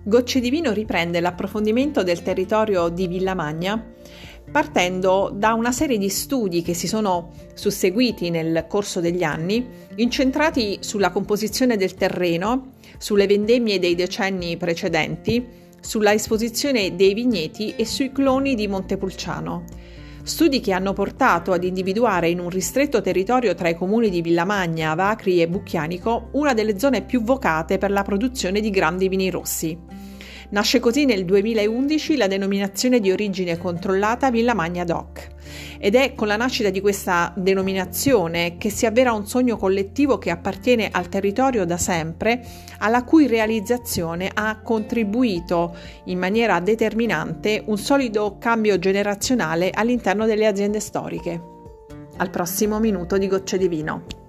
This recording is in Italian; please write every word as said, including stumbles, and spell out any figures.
Gocce di Vino riprende l'approfondimento del territorio di Villamagna partendo da una serie di studi che si sono susseguiti nel corso degli anni, incentrati sulla composizione del terreno, sulle vendemmie dei decenni precedenti, sulla esposizione dei vigneti e sui cloni di Montepulciano. Studi che hanno portato ad individuare in un ristretto territorio tra i comuni di Villamagna, Vacri e Bucchianico una delle zone più vocate per la produzione di grandi vini rossi. Nasce così nel duemilaundici la denominazione di origine controllata Villamagna D O C ed è con la nascita di questa denominazione che si avvera un sogno collettivo che appartiene al territorio da sempre, alla cui realizzazione ha contribuito in maniera determinante un solido cambio generazionale all'interno delle aziende storiche. Al prossimo minuto di Gocce di Vino.